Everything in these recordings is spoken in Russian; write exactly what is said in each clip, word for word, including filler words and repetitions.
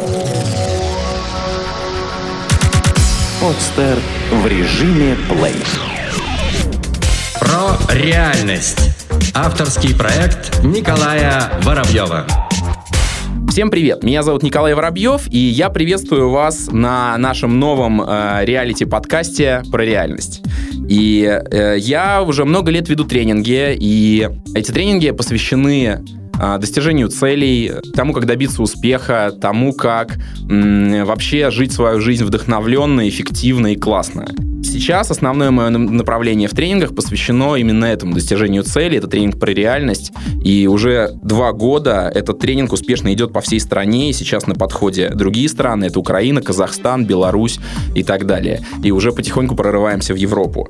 Подстер в режиме плей. Про реальность. Авторский проект Николая Воробьева. Всем привет, меня зовут Николай Воробьев, и я приветствую вас на нашем новом э, реалити-подкасте про реальность. И э, я уже много лет веду тренинги, и эти тренинги посвящены э, достижению целей, тому, как добиться успеха, тому, как м, вообще жить свою жизнь вдохновленно, эффективно и классно. Сейчас основное мое направление в тренингах посвящено именно этому достижению цели. Это тренинг про реальность. И уже два года этот тренинг успешно идет по всей стране. И сейчас на подходе другие страны. Это Украина, Казахстан, Беларусь и так далее. И уже потихоньку прорываемся в Европу.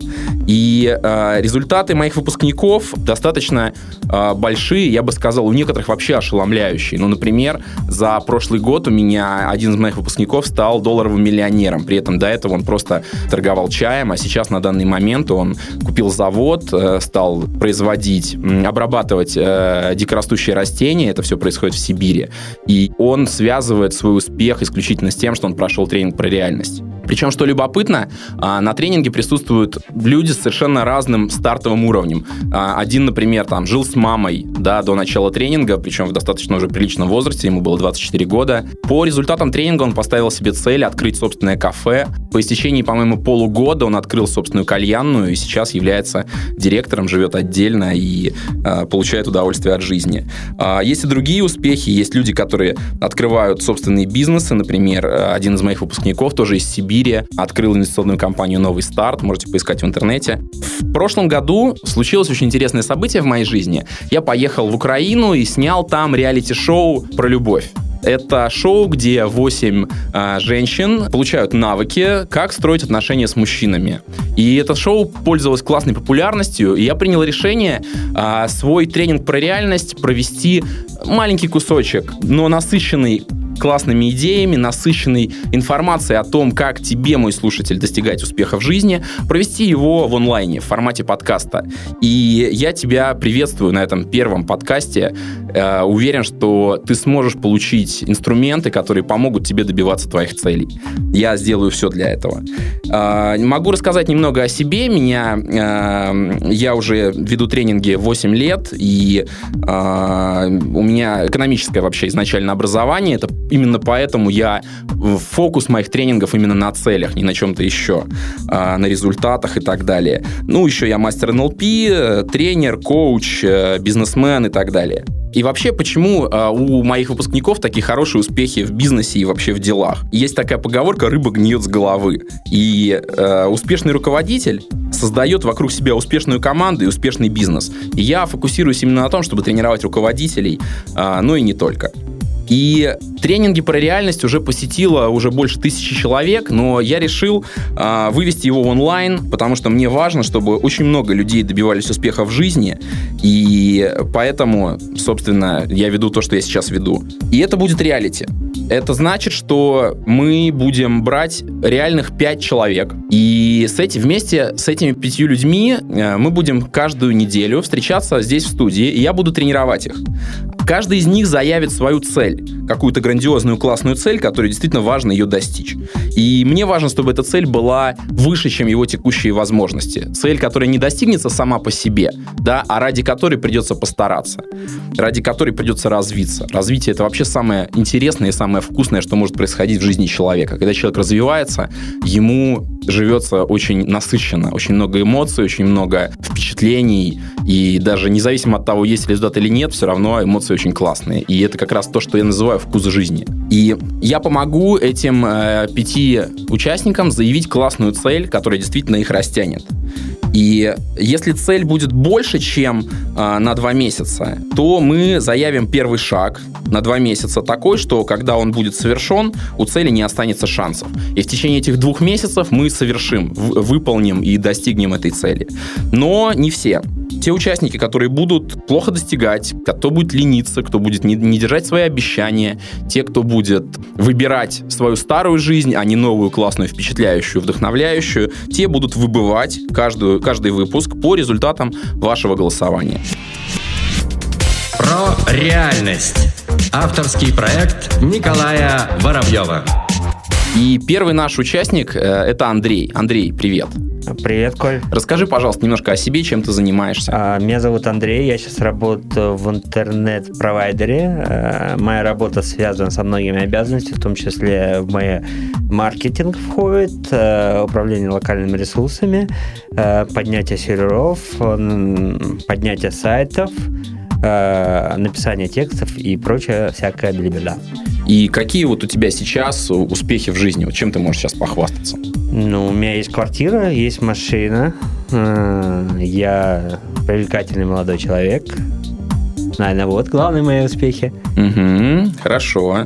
И э, результаты моих выпускников достаточно э, большие. Я бы сказал, у некоторых вообще ошеломляющие. Ну, например, за прошлый год у меня один из моих выпускников стал долларовым миллионером. При этом до этого он просто торговал чаем. А сейчас на данный момент он купил завод, стал производить, обрабатывать дикорастущие растения. Это все происходит в Сибири. И он связывает свой успех исключительно с тем, что он прошел тренинг про реальность. Причем, что любопытно, на тренинге присутствуют люди с совершенно разным стартовым уровнем. Один, например, там, жил с мамой, да, до начала тренинга, причем в достаточно уже приличном возрасте, ему было двадцать четыре года. По результатам тренинга он поставил себе цель открыть собственное кафе. По истечении, по-моему, полугода он открыл собственную кальянную и сейчас является директором, живет отдельно и э, получает удовольствие от жизни. Э, есть и другие успехи. Есть люди, которые открывают собственные бизнесы. Например, один из моих выпускников, тоже из Сибири, открыл инвестиционную компанию «Новый старт». Можете поискать в интернете. В прошлом году случилось очень интересное событие в моей жизни. Я поехал в Украину и снял там реалити-шоу про любовь. Это шоу, где восемь э, женщин получают навыки, как строить отношения с мужчинами. И это шоу пользовалось классной популярностью, и я принял решение э, свой тренинг про реальность провести маленький кусочек, но насыщенный классными идеями, насыщенной информацией о том, как тебе, мой слушатель, достигать успеха в жизни, провести его в онлайне, в формате подкаста. И я тебя приветствую на этом первом подкасте. Э, уверен, что ты сможешь получить инструменты, которые помогут тебе добиваться твоих целей. Я сделаю все для этого. Э, могу рассказать немного о себе. Меня, э, я уже веду тренинги восемь лет, и э, у меня экономическое вообще изначально образование. Это именно поэтому я фокус моих тренингов именно на целях, не на чем-то еще, на результатах и так далее. Ну, еще я мастер эн эл пи, тренер, коуч, бизнесмен и так далее. И вообще, почему у моих выпускников такие хорошие успехи в бизнесе и вообще в делах? Есть такая поговорка «рыба гниет с головы». И э, успешный руководитель создает вокруг себя успешную команду и успешный бизнес. И я фокусируюсь именно на том, чтобы тренировать руководителей, э, но и не только. И тренинги про реальность уже посетило уже больше тысячи человек, но я решил э, вывести его в онлайн, потому что мне важно, чтобы очень много людей добивались успеха в жизни, и поэтому, собственно, я веду то, что я сейчас веду. И это будет реалити. Это значит, что мы будем брать реальных пять человек, и с этим, вместе с этими пятью людьми э, мы будем каждую неделю встречаться здесь в студии, и я буду тренировать их. Каждый из них заявит свою цель, какую-то грандиозную классную цель, которой действительно важно ее достичь. И мне важно, чтобы эта цель была выше, чем его текущие возможности. Цель, которая не достигнется сама по себе, да, а ради которой придется постараться, ради которой придется развиться. Развитие — это вообще самое интересное и самое вкусное, что может происходить в жизни человека. Когда человек развивается, ему живется очень насыщенно, очень много эмоций, очень много впечатлений, и даже независимо от того, есть результат или нет, все равно эмоции очень классные. И это как раз то, что я называю вкус жизни. И я помогу этим э, пяти участникам заявить классную цель, которая действительно их растянет. И если цель будет больше, чем э, на два месяца, то мы заявим первый шаг на два месяца такой, что когда он будет совершен, у цели не останется шансов. И в течение этих двух месяцев мы совершим, в- выполним и достигнем этой цели. Но не все. Те участники, которые будут плохо достигать, кто будет лениться, кто будет не, не держать свои обещания, те, кто будет выбирать свою старую жизнь, а не новую, классную, впечатляющую, вдохновляющую, те будут выбывать каждую, каждый выпуск по результатам вашего голосования. Про реальность. Авторский проект Николая Воробьева. И первый наш участник э, – это Андрей. Андрей, привет. Привет, Коль. Расскажи, пожалуйста, немножко о себе, чем ты занимаешься. А, меня зовут Андрей, я сейчас работаю в интернет-провайдере. А, моя работа связана со многими обязанностями, в том числе в мой маркетинг входит, а, управление локальными ресурсами, а, поднятие серверов, поднятие сайтов, а, написание текстов и прочее всякая белиберда. И какие вот у тебя сейчас успехи в жизни? Вот чем ты можешь сейчас похвастаться? Ну, у меня есть квартира, есть машина. Я привлекательный молодой человек. Наверное, вот главные мои успехи. Угу, хорошо.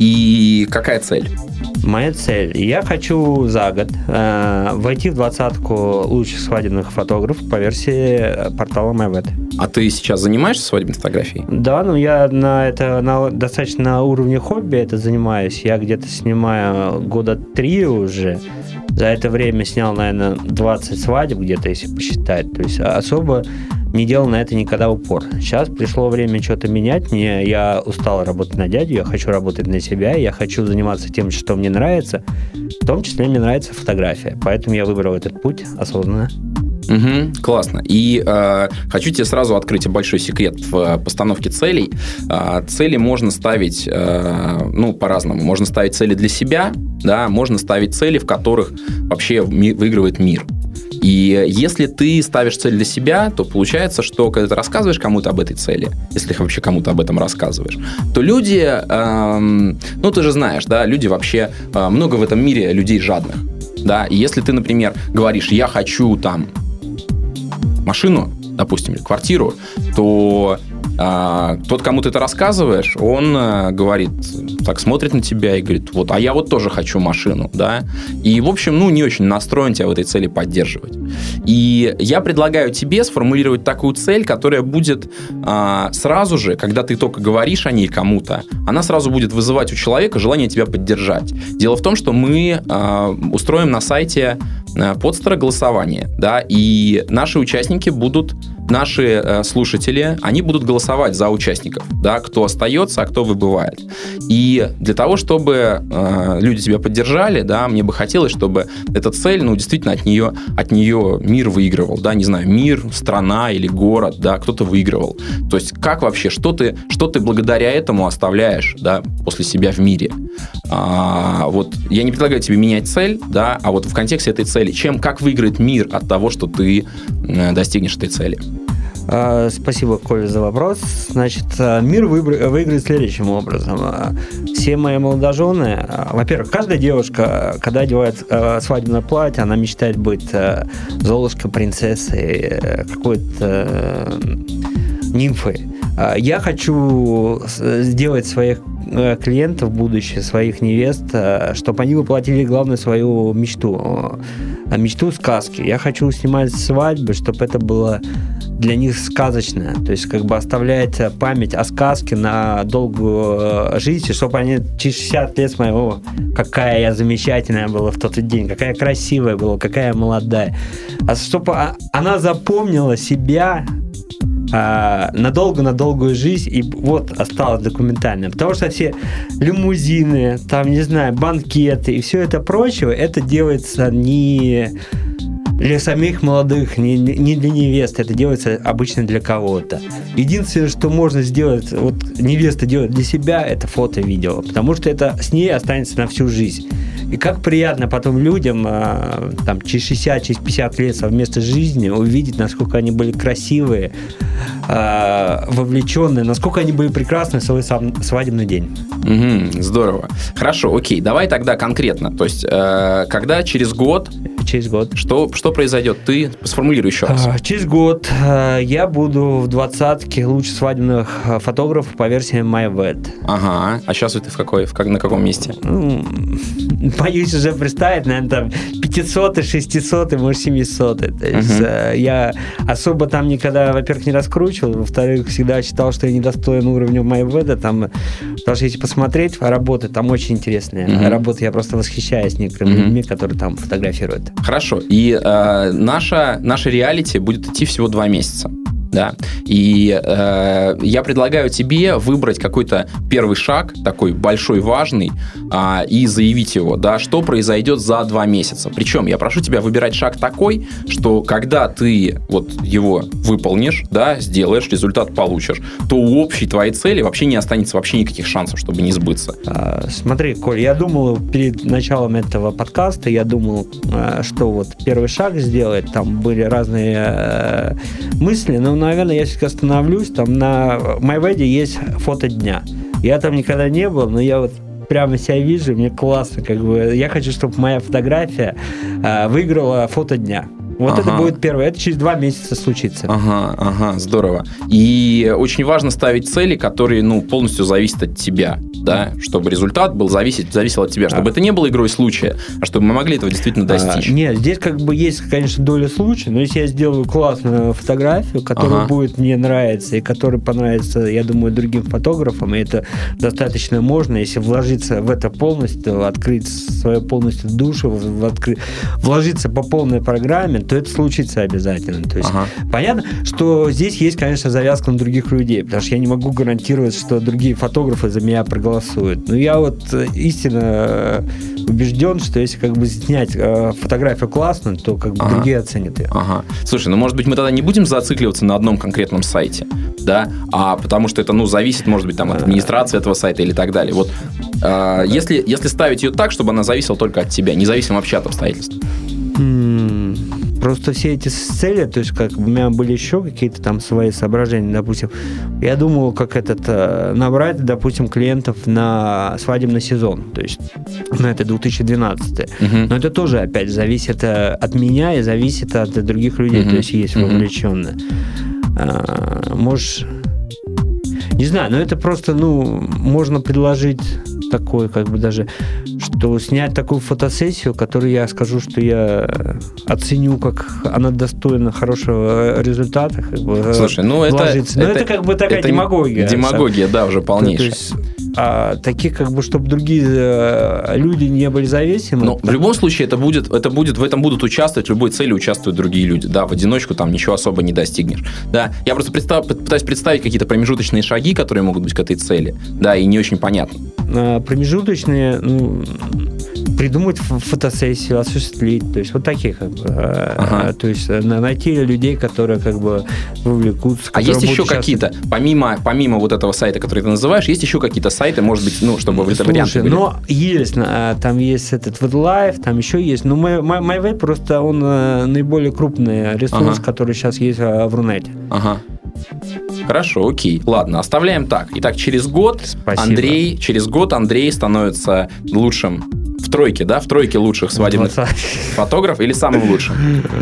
И какая цель? Моя цель. Я хочу за год э, войти в двадцатку лучших свадебных фотографов по версии портала MyVet. А ты сейчас занимаешься свадебной фотографией? Да, ну я на это на, достаточно на уровне хобби это занимаюсь. Я где-то снимаю года три уже. За это время снял, наверное, двадцать свадеб где-то, если посчитать. То есть особо не делал на это никогда упор. Сейчас пришло время что-то менять. Мне, я устал работать на дядю, я хочу работать на себя, я хочу заниматься тем, что мне нравится. В том числе мне нравится фотография. Поэтому я выбрал этот путь осознанно. Угу, классно. И э, хочу тебе сразу открыть большой секрет в постановке целей. Э, цели можно ставить, э, ну, по-разному. Можно ставить цели для себя, да, можно ставить цели, в которых вообще ми- выигрывает мир. И если ты ставишь цель для себя, то получается, что когда ты рассказываешь кому-то об этой цели, если вообще кому-то об этом рассказываешь, то люди, эм, ну, ты же знаешь, да, люди вообще, э, много в этом мире людей жадных, да, и если ты, например, говоришь, я хочу там машину, допустим, или квартиру, то а, тот, кому ты это рассказываешь, он а, говорит, так смотрит на тебя и говорит, вот, а я вот тоже хочу машину, да, и, в общем, ну, не очень настроен тебя в этой цели поддерживать. И я предлагаю тебе сформулировать такую цель, которая будет а, сразу же, когда ты только говоришь о ней кому-то, она сразу будет вызывать у человека желание тебя поддержать. Дело в том, что мы а, устроим на сайте Подстера голосование, да, и наши участники будут, наши э, слушатели, они будут голосовать за участников, да, кто остается, а кто выбывает. И для того, чтобы э, люди тебя поддержали, да, мне бы хотелось, чтобы эта цель, ну, действительно от нее, от нее мир выигрывал, да, не знаю, мир, страна или город, да, кто-то выигрывал. То есть как вообще, что ты, что ты благодаря этому оставляешь, да, после себя в мире? А, вот я не предлагаю тебе менять цель, да, а вот в контексте этой цели, чем, как выиграет мир от того, что ты э, достигнешь этой цели? Спасибо, Коля, за вопрос. Значит, мир выиграет следующим образом. Все мои молодожены, во-первых, каждая девушка, когда одевает свадебное платье, она мечтает быть Золушкой, принцессой, какой-то нимфой. Я хочу сделать своих клиентов в будущее, своих невест, чтобы они воплотили главную свою мечту. Мечту сказки. Я хочу снимать свадьбы, чтобы это было для них сказочно. То есть как бы оставлять память о сказке на долгую жизнь, чтобы они через шестьдесят лет смотрели, о, какая я замечательная была в тот день, какая красивая была, какая я молодая. А чтобы она запомнила себя надолго, на долгую жизнь, и вот осталось документально. Потому что все лимузины, там, не знаю, банкеты и все это прочее, это делается не для самих молодых, не, не для невест, это делается обычно для кого-то. Единственное, что можно сделать, вот невеста делает для себя, это фото-видео, потому что это с ней останется на всю жизнь. И как приятно потом людям там, через шестьдесят, через пятьдесят лет совместной жизни увидеть, насколько они были красивые, вовлеченные, насколько они были прекрасны в свой свадебный день. Угу, здорово. Хорошо, окей, давай тогда конкретно. То есть, э, когда через год... Через год. Что, что произойдет? Ты сформулируй еще раз. Через год я буду в двадцатке лучших свадебных фотографов по версии MyVet. Ага. А сейчас ты в какой, в как, на каком месте? Ну, боюсь уже представить, наверное, там пятисотый, шестисотый, может, семисотый. То есть uh-huh. я особо там никогда, во-первых, не раскручивал, во-вторых, всегда считал, что я недостоин уровня MyVet. Там, потому что если посмотреть работы, там очень интересные uh-huh. работы. Я просто восхищаюсь некоторыми uh-huh. людьми, которые там фотографируют. Хорошо. И э, наша, наша реалити будет идти всего два месяца. Да. И э, я предлагаю тебе выбрать какой-то первый шаг, такой большой, важный, э, и заявить его, да, что произойдет за два месяца. Причем я прошу тебя выбирать шаг такой, что когда ты вот его выполнишь, да, сделаешь, результат получишь, то у общей твоей цели вообще не останется вообще никаких шансов, чтобы не сбыться. А, смотри, Коль, я думал перед началом этого подкаста, я думал, что вот первый шаг сделать, там были разные э, мысли, но, наверное, я все-таки остановлюсь, там на MyWed есть фото дня. Я там никогда не был, но я вот прямо себя вижу, мне классно, как бы, я хочу, чтобы моя фотография э, выиграла фото дня. Вот ага. это будет первое. Это через два месяца случится. Ага, ага, здорово. И очень важно ставить цели, которые, ну, полностью зависят от тебя, да, чтобы результат был зависеть, зависел от тебя, чтобы а. это не было игрой случая, а чтобы мы могли этого действительно достичь. А, нет, здесь как бы есть, конечно, доля случая, но если я сделаю классную фотографию, которая ага. будет мне нравиться и которая понравится, я думаю, другим фотографам, и это достаточно можно, если вложиться в это полностью, открыть свою полностью душу, в откры... вложиться по полной программе, то это случится обязательно. То есть ага. понятно, что здесь есть, конечно, завязка на других людей, потому что я не могу гарантировать, что другие фотографы за меня проголосуют. Но я вот истинно убежден, что если как бы снять фотографию классно, то как бы ага. другие оценят ее. Ага. Слушай, ну может быть мы тогда не будем зацикливаться на одном конкретном сайте, да, а потому что это, ну, зависит, может быть, там, от администрации этого сайта или так далее. Вот э, если, если ставить ее так, чтобы она зависела только от тебя, независимо вообще от обстоятельств. Просто все эти цели, то есть как у меня были еще какие-то там свои соображения, допустим, я думал, как этот набрать, допустим, клиентов на свадебный сезон, то есть на это две тысячи двенадцатый. Uh-huh. Но это тоже опять зависит от меня и зависит от других людей, uh-huh. то есть есть вовлеченные. Uh-huh. А, можешь... Не знаю, но это просто, ну, можно предложить такое, как бы даже, что снять такую фотосессию, которую я скажу, что я оценю, как она достойна хорошего результата. Как бы, слушай, ну это, это... Но это как бы такая это демагогия. Демагогия, да, уже полнейшая. То есть, а таких, как бы, чтобы другие люди не были зависимы. Но в любом случае это будет, это будет, в этом будут участвовать, в любой цели участвуют другие люди. Да, в одиночку там ничего особо не достигнешь. Да, я просто представ, пытаюсь представить какие-то промежуточные шаги, которые могут быть к этой цели. Да, и не очень понятно. А, промежуточные, ну, придумать фотосессию, осуществить, то есть вот такие, как бы, ага. то есть найти людей, которые как бы вовлекутся. А есть еще какие-то, помимо, помимо вот этого сайта, который ты называешь, есть еще какие-то сайты, может быть, ну, чтобы Слушай, варианты были? Но есть, там есть этот WedLife, там еще есть, но MyWed просто он наиболее крупный ресурс, ага. который сейчас есть в Рунете. Ага. Хорошо, окей. Ладно, оставляем так. Итак, через год Спасибо. Андрей, через год Андрей становится лучшим в тройке, да? В тройке лучших свадебных фотографов или самым лучшим?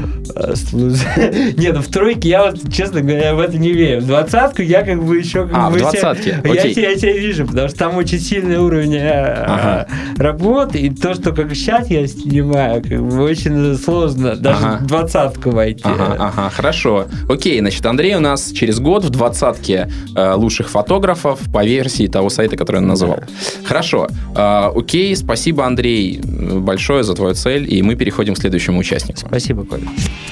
Нет, ну в тройке я вот, честно говоря, в это не верю. В двадцатку я как бы еще... Как а, бы в двадцатке, себя, я, я себя вижу, потому что там очень сильный уровень ага. работы, и то, что как сейчас я снимаю, как бы очень сложно даже ага. в двадцатку войти. Ага, ага, хорошо. Окей, значит, Андрей у нас через год в двадцатке э, лучших фотографов по версии того сайта, который он назвал. Хорошо. Э, окей, спасибо, Андрей, большое за твою цель, и мы переходим к следующему участнику. Спасибо, Коля.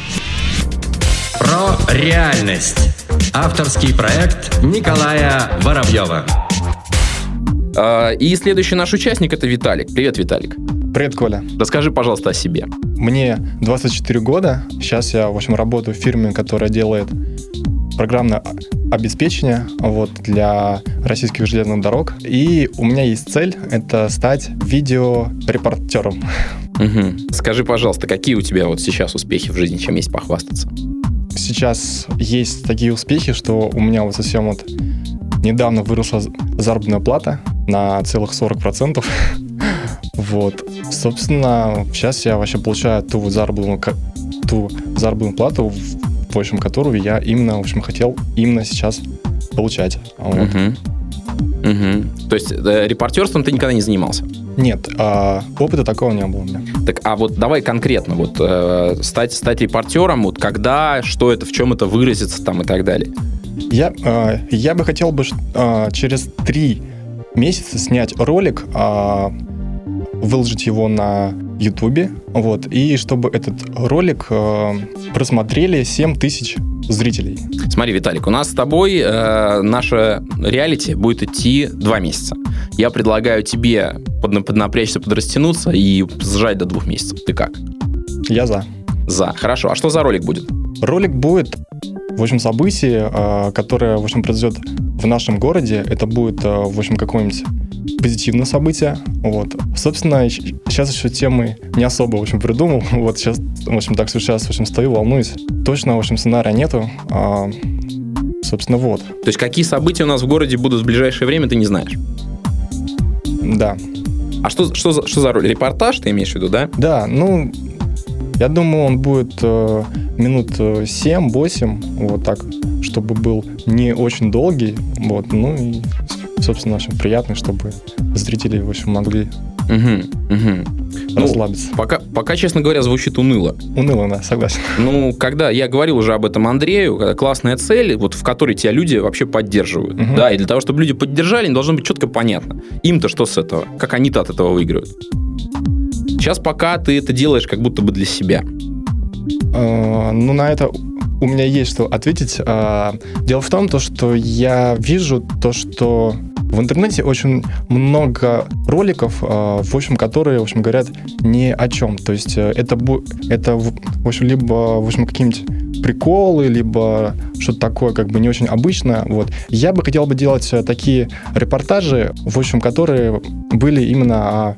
Про реальность. Авторский проект Николая Воробьева. Э, и следующий наш участник – это Виталик. Привет, Виталик. Привет, Коля. Расскажи, пожалуйста, о себе. Мне двадцать четыре года. Сейчас я, в общем, работаю в фирме, которая делает программное обеспечение вот, для российских железных дорог. И у меня есть цель – это стать видеорепортером. Угу. Скажи, пожалуйста, какие у тебя вот сейчас успехи в жизни, чем есть похвастаться? Сейчас есть такие успехи, что у меня вот совсем вот недавно выросла заработная плата на целых сорок процентов. Вот. Собственно, сейчас я вообще получаю ту вот заработную, ту заработную плату, в общем, которую я именно, в общем, хотел именно сейчас получать. Вот. Угу. Угу. То есть э, репортерством ты никогда не занимался? Нет, э, опыта такого не было у меня. Так, а вот давай конкретно, вот э, стать, стать репортером, вот когда, что это, в чем это выразится там и так далее? Я, э, я бы хотел бы э, через три месяца снять ролик, э, выложить его на Ютубе, вот, и чтобы этот ролик э, просмотрели семь тысяч зрителей. Смотри, Виталик, у нас с тобой э, наше реалити будет идти два месяца. Я предлагаю тебе под, поднапрячься, подрастянуться и сжать до двух месяцев. Ты как? Я за. За. Хорошо. А что за ролик будет? Ролик будет, в общем, событие, э, которое, в общем, произойдет в нашем городе. Это будет, э, в общем, какое-нибудь позитивное событие. Вот. Собственно, сейчас еще темы не особо, в общем, придумал. Вот сейчас, в общем, так что сейчас, в общем, стою, волнуюсь. Точно, в общем, сценария нету. А, собственно, вот. То есть какие события у нас в городе будут в ближайшее время, ты не знаешь? Да. А что, что, за, что за роль? Репортаж ты имеешь в виду, да? Да, ну, я думаю, он будет э, минут семь-восемь, вот так, чтобы был не очень долгий, вот, ну и, собственно, очень приятный, чтобы зрители, в общем, могли угу, угу. расслабиться. Ну, пока, пока, честно говоря, звучит уныло. Уныло, да, согласен. Ну, когда я говорил уже об этом Андрею, когда классная цель, вот в которой тебя люди вообще поддерживают. Угу. Да, и для того, чтобы люди поддержали, должно быть четко понятно. Им-то что с этого? Как они-то от этого выигрывают? Сейчас пока ты это делаешь как будто бы для себя. Uh, ну, на это у меня есть что ответить. Uh, дело в том, то, что я вижу то, что в интернете очень много роликов, uh, в общем, которые, в общем, говорят ни о чем. То есть uh, это, это, в общем, либо, в общем, какие-нибудь приколы, либо что-то такое, как бы не очень обычное. Вот. Я бы хотел бы делать такие репортажи, в общем, которые были именно о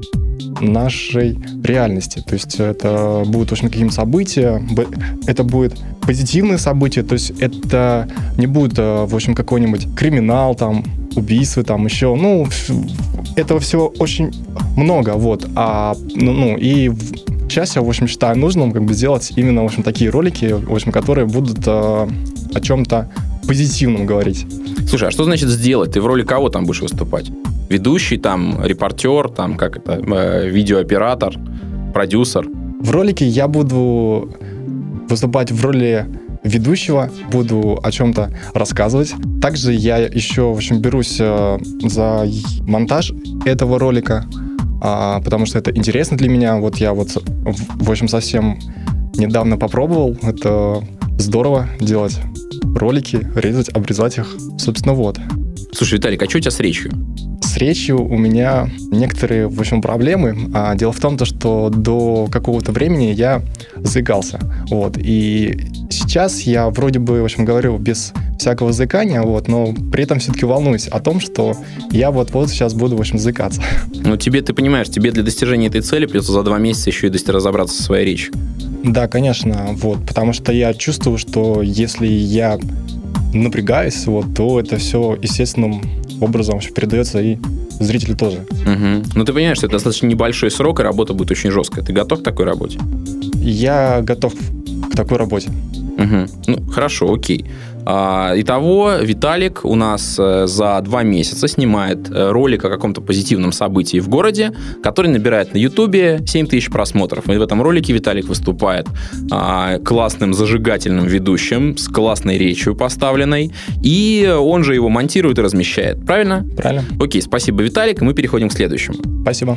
нашей реальности. То есть это будут, в общем, какие-то события, это будет позитивные события, то есть это не будет, в общем, какой-нибудь криминал, там, убийство, там, еще, ну, этого всего очень много, вот, а, ну, ну и сейчас я, в общем, считаю нужным, как бы, сделать именно, в общем, такие ролики, в общем, которые будут о чем-то позитивном говорить. Слушай, а что значит сделать? Ты в роли кого там будешь выступать? Ведущий, там, репортер, там, как это, э, видеооператор, продюсер? В ролике я буду выступать в роли ведущего, буду о чем-то рассказывать. Также я еще, в общем, берусь э, за монтаж этого ролика, э, потому что это интересно для меня. Вот я вот, в, в общем, совсем недавно попробовал. Это здорово делать ролики, резать, обрезать их. Собственно, вот. Слушай, Виталик, а что у тебя с речью? С речью у меня некоторые, в общем, проблемы. А дело в том, что до какого-то времени я заикался. Вот. И сейчас я вроде бы, в общем, говорю без всякого заикания, вот, но при этом все-таки волнуюсь о том, что я вот-вот сейчас буду, в общем, заикаться. Ну, тебе, ты понимаешь, тебе для достижения этой цели придется за два месяца еще и разобраться со своей речью. Да, конечно, вот, потому что я чувствую, что если я напрягаюсь, вот, то это все естественным образом вообще передается и зрителю тоже. Угу. Ну, ты понимаешь, что это достаточно небольшой срок, и работа будет очень жесткая. Ты готов к такой работе? Я готов к такой работе. Угу. Ну, хорошо, окей. А, итого, Виталик у нас за два месяца снимает ролик о каком-то позитивном событии в городе, который набирает на Ютубе семь тысяч просмотров. И в этом ролике Виталик выступает а, классным зажигательным ведущим с классной речью поставленной, и он же его монтирует и размещает. Правильно? Правильно. Окей, спасибо, Виталик, и мы переходим к следующему. Спасибо.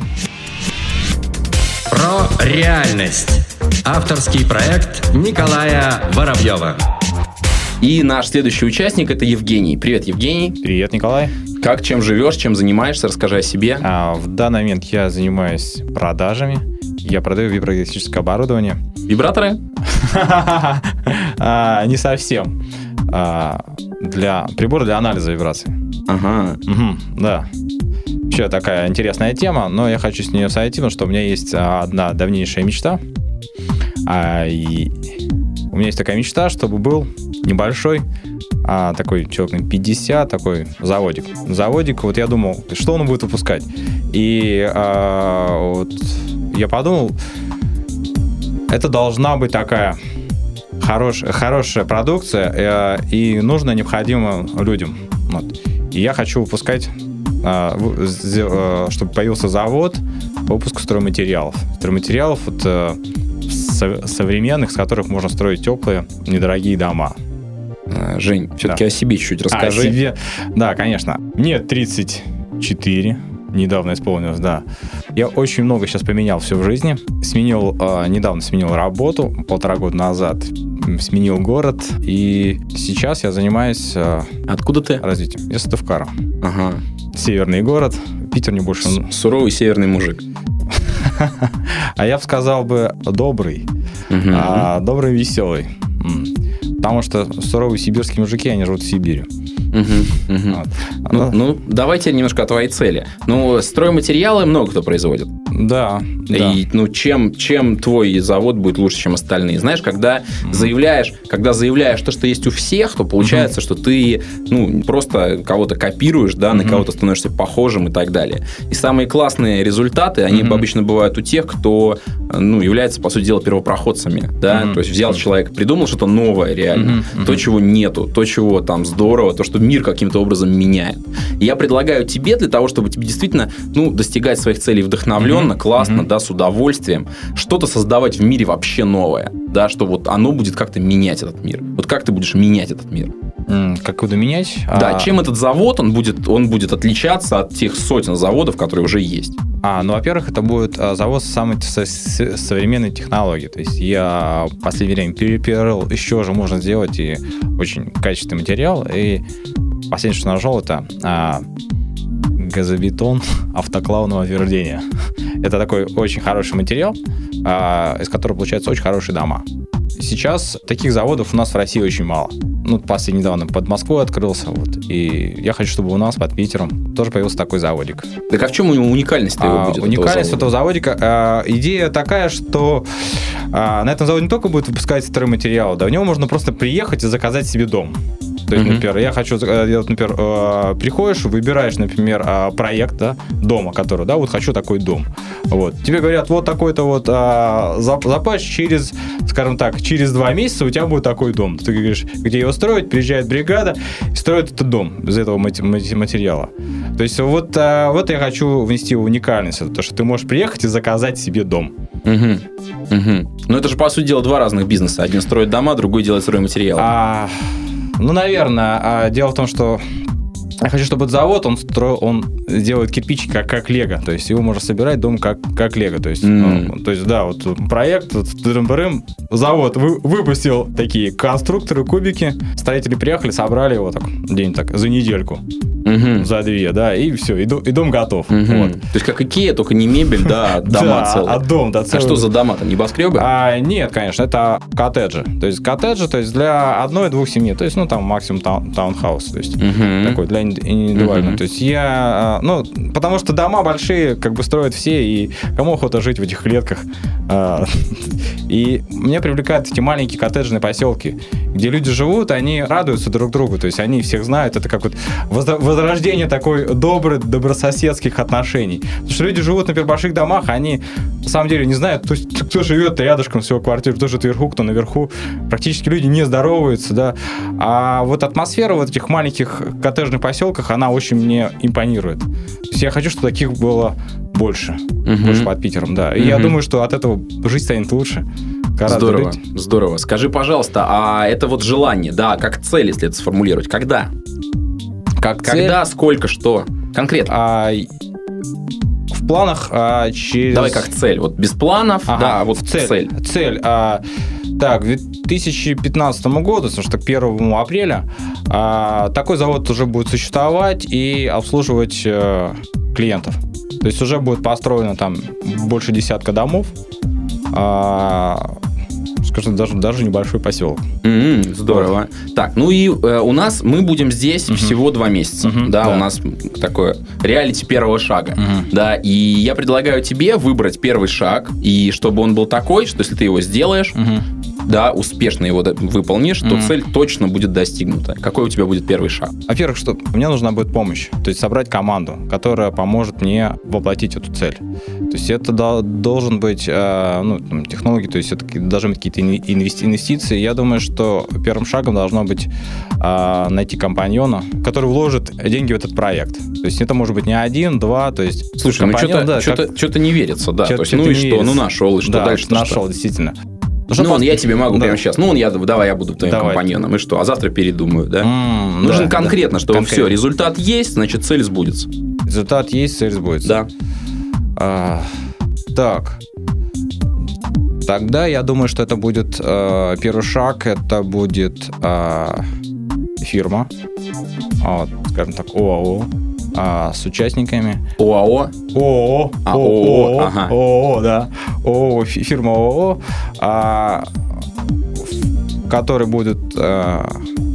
Про реальность. Авторский проект Николая Воробьева. И наш следующий участник – это Евгений. Привет, Евгений. Привет, Николай. Как, чем живешь, чем занимаешься? Расскажи о себе. А, в данный момент я занимаюсь продажами. Я продаю вибродиагностическое оборудование. Вибраторы? Не совсем. Для прибора для анализа вибраций. Ага. Да. Вообще такая интересная тема, но я хочу с нее сойти, потому что у меня есть одна давнейшая мечта. И у меня есть такая мечта, чтобы был небольшой, а, такой человек на пятьдесят, такой заводик. Заводик, вот я думал, что он будет выпускать. И а, вот я подумал, это должна быть такая хорош, хорошая продукция, э, и нужно необходимо людям. Вот. И я хочу выпускать, а, в, чтобы появился завод по выпуску стройматериалов. Стройматериалов вот, э, со, современных, с которых можно строить теплые, недорогие дома. Жень, все-таки да. о себе чуть-чуть расскажи. О себе? Да, конечно. Мне тридцать четыре. недавно исполнилось, да. Я очень много сейчас поменял все в жизни. Сменил, э, недавно сменил работу, полтора года назад. Сменил город, и сейчас я занимаюсь... Э, Откуда ты? Развитием. Я с Сыктывкара. Ага. Северный город. Питер не больше... С- суровый северный мужик. А я бы сказал бы добрый. Угу. А, добрый, веселый. Потому что суровые сибирские мужики, они живут в Сибири. Угу, угу. Вот. Ну, ну, давайте немножко о твоей цели. Ну, стройматериалы много кто производит. Да, да. И ну, чем, чем твой завод будет лучше, чем остальные? Знаешь, когда mm-hmm. заявляешь, когда заявляешь то, что есть у всех, то получается, mm-hmm. что ты ну, просто кого-то копируешь, да, mm-hmm. на кого-то становишься похожим и так далее. И самые классные результаты, они mm-hmm. обычно бывают у тех, кто ну, является, по сути дела, первопроходцами. Да? Mm-hmm. То есть взял человек, придумал что-то новое реально, mm-hmm. то, чего нету, то, чего там здорово, то, что мир каким-то образом меняет. И я предлагаю тебе для того, чтобы тебе действительно ну, достигать своих целей вдохновленно, mm-hmm. классно, mm-hmm. да, с удовольствием, что-то создавать в мире вообще новое, да, что вот оно будет как-то менять этот мир. Вот как ты будешь менять этот мир? Mm, как буду менять? Да, а... чем этот завод, он будет, он будет отличаться от тех сотен заводов, которые уже есть? А, ну, во-первых, это будет завод с самой современной технологией. То есть я в последнее время перепирал, еще же можно сделать и очень качественный материал. И последнее, что нашел, это а, газобетон автоклавного вверждения. Это такой очень хороший материал, а, из которого получаются очень хорошие дома. Сейчас таких заводов у нас в России очень мало. Ну, последний недавно под Москвой открылся. Вот, и я хочу, чтобы у нас под Питером тоже появился такой заводик. Так а в чем уникальность его а, будет? Уникальность этого, этого заводика? А, идея такая, что а, на этом заводе не только будет выпускать стройматериалы, да, в него можно просто приехать и заказать себе дом. То есть, mm-hmm. например, я хочу делать, например, э, приходишь, выбираешь, например, э, проект, да, дома, который, да, вот хочу такой дом. Вот. Тебе говорят, вот такой-то вот э, заплачь, через, скажем так, через два месяца у тебя будет такой дом. Ты говоришь, где его строить, приезжает бригада и строит этот дом из этого материала. То есть вот, э, вот я хочу внести уникальность, то, что ты можешь приехать и заказать себе дом. Угу. Угу. Но это же, по сути дела, два разных бизнеса. Один строит дома, другой делает стройматериалы. А... Ну, наверное. Дело в том, что я хочу, чтобы этот завод, он, стро... он делает кирпичи как, как лего. То есть его можно собирать дом как, как лего. То есть, mm. ну, то есть, да, вот проект, вот, завод вы, выпустил такие конструкторы, кубики. Строители приехали, собрали его так, день так, за недельку. Mm-hmm. За две, да, и все, и, до, и дом готов. Mm-hmm. Вот. То есть как Икея, только не мебель, да, дома целые. А дом, да, целый. А что за дома-то, небоскребы? А, нет, конечно, это коттеджи. То есть коттеджи, то есть для одной-двух семей, то есть, ну, там максимум таун, таунхаус, то есть mm-hmm. такой для индивидуального. Mm-hmm. То есть я, ну, потому что дома большие, как бы строят все, и кому охота жить в этих клетках. И меня привлекают эти маленькие коттеджные поселки, где люди живут, они радуются друг другу, то есть они всех знают, это как вот возрождение такой добрых, добрососедских отношений. Потому что люди живут, например, в больших домах, они на самом деле не знают, то есть, кто живет рядышком всего квартиры, кто живет вверху, кто наверху. Практически люди не здороваются, да. А вот атмосфера в этих маленьких коттеджных поселках, она очень мне импонирует. То есть я хочу, чтобы таких было больше. Uh-huh. Больше под Питером, да. И uh-huh. я думаю, что от этого жизнь станет лучше. Здорово, жить. Здорово. Скажи, пожалуйста, а это вот желание, да, как цель, если это сформулировать, когда? Как Когда, цель? Сколько, что? Конкретно. А, в планах а, через... Давай как цель. Вот без планов, ага, да, вот цель. Цель. цель а, так, к две тысячи пятнадцатому году, потому что к первому апреля, а, такой завод уже будет существовать и обслуживать а, клиентов. То есть уже будет построено там больше десятка домов. А, скажем, даже, даже небольшой поселок. Mm-hmm, здорово. Вот. Так, ну и э, у нас, мы будем здесь uh-huh. всего два месяца. Uh-huh, да, да, у нас такое реалити первого шага. Uh-huh. Да, и я предлагаю тебе выбрать первый шаг, и чтобы он был такой, что если ты его сделаешь, uh-huh. да, успешно его выполнишь, uh-huh. то цель точно будет достигнута. Какой у тебя будет первый шаг? Во-первых, что мне нужна будет помощь. То есть собрать команду, которая поможет мне воплотить эту цель. То есть это до, должен быть э, ну, технологии, то есть это должны быть какие-то инвестиции. Я думаю, что первым шагом должно быть э, найти компаньона, который вложит деньги в этот проект. То есть это может быть не один, два, то есть... Слушай, ну что-то, да, что-то, как... что-то не верится, да. То есть, ну и что, верится. Ну нашел, и что да, дальше? Нашел, что? Действительно. Ну, ну он, я тебе могу да. прямо сейчас. Ну, он, я, давай я буду твоим давай. компаньоном. И что? А завтра передумаю, да? Mm, Нужен да, конкретно, да. что конкретно. Все, результат есть, значит, цель сбудется. Результат есть, цель сбудется. Да. А, так. Тогда я думаю, что это будет э, первый шаг, это будет э, фирма, вот, скажем так, ОАО, э, с участниками. ОАО? ООО. А, ООО, ага. ООО, да. ООО, фирма ООО, э, которые будут э,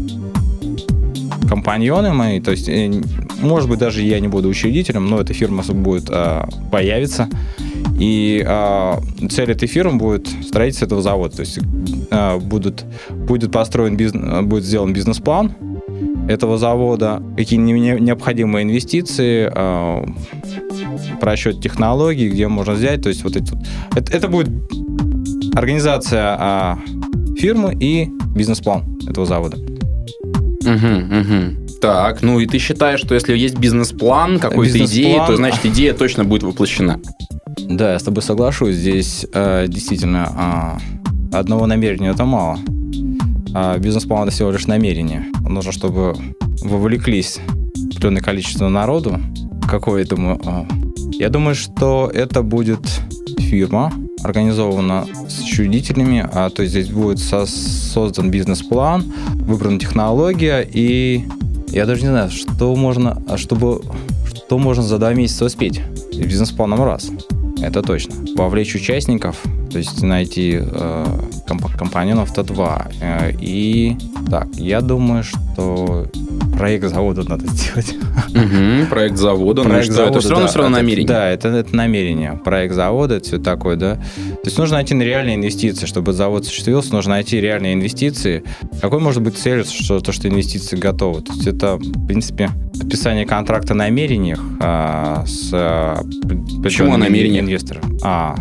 компаньоны мои, то есть, э, может быть, даже я не буду учредителем, но эта фирма будет э, появиться. И э, цель этой фирмы будет строительство этого завода. То есть э, будут, будет построен бизнес, будет сделан бизнес-план этого завода, какие необходимые инвестиции, э, просчет технологий, где можно взять. То есть вот эти вот, это, это будет организация э, фирмы и бизнес-план этого завода. Угу, угу. Так, ну и ты считаешь, что если есть бизнес-план какой-то Бизнес-план... идеи, то значит идея точно будет воплощена? Да, я с тобой соглашусь. Здесь э, действительно э, одного намерения это мало. А бизнес-план это всего лишь намерение. Нужно, чтобы вовлеклись определенное количество народу. Какое, я думаю? Э, я думаю, что это будет фирма, организована с учредителями. А, то есть здесь будет со- создан бизнес-план, выбрана технология, и я даже не знаю, что можно, чтобы, что можно за два месяца успеть. Бизнес-планом раз. Это точно. Вовлечь участников, то есть найти э, комп- компаньонов, это два. Э, и так, я думаю, что проект завода надо сделать. Угу, проект завода, ну и что? Это все равно, да, все равно это, намерение. Да, это, это намерение. Проект завода, это все такое, да. То есть нужно найти реальные инвестиции, чтобы завод осуществился, нужно найти реальные инвестиции. Какой может быть цель, что то, что инвестиции готовы? То есть это, в принципе, подписание контракта на намерениях а, с а, Почему о намерениях? Инвестором. А,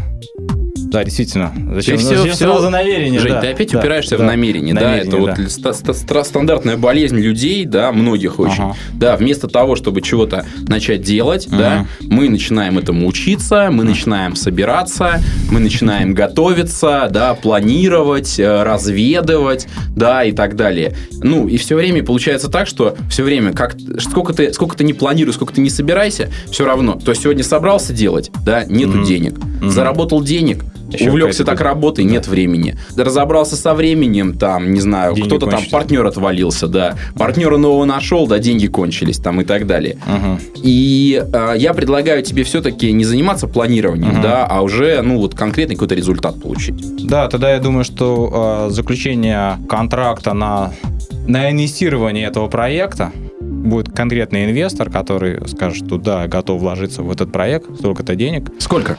да, действительно. Зачем, Ты зачем все, сразу все... намерение? Жень, да, ты опять да, упираешься да, в намерение, намерение, да, это да. вот ста- ста- ста- стандартная болезнь людей, да, многих очень, Ага. да, вместо того, чтобы чего-то начать делать, Ага. да, мы начинаем этому учиться, мы начинаем собираться, мы начинаем готовиться, да, планировать, э, разведывать, да, и так далее. Ну, и все время получается так, что все время, как, сколько ты, сколько ты не планируй, сколько ты не собирайся, все равно, то сегодня собрался делать, да, нету Мгм. денег, Мгм. заработал денег, Еще увлекся какая-то так работой, да. нет времени. Разобрался со временем, там, не знаю, Деньги кто-то там, кончились. партнер отвалился, да. Партнера нового нашел, да, деньги кончились, там, и так далее. Ага. И э, я предлагаю тебе все-таки не заниматься планированием, Мгм. да, а уже, ну, вот конкретный какой-то результат получить. Да, тогда я думаю, что э, заключение контракта на, на инвестирование этого проекта будет конкретный инвестор, который скажет, что да, готов вложиться в этот проект, столько-то денег. Сколько?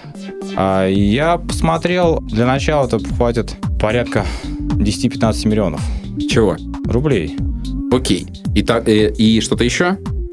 А я посмотрел, для начала это хватит порядка десять-пятнадцать миллионов Чего? рублей. Окей. И, так, э, и что-то еще?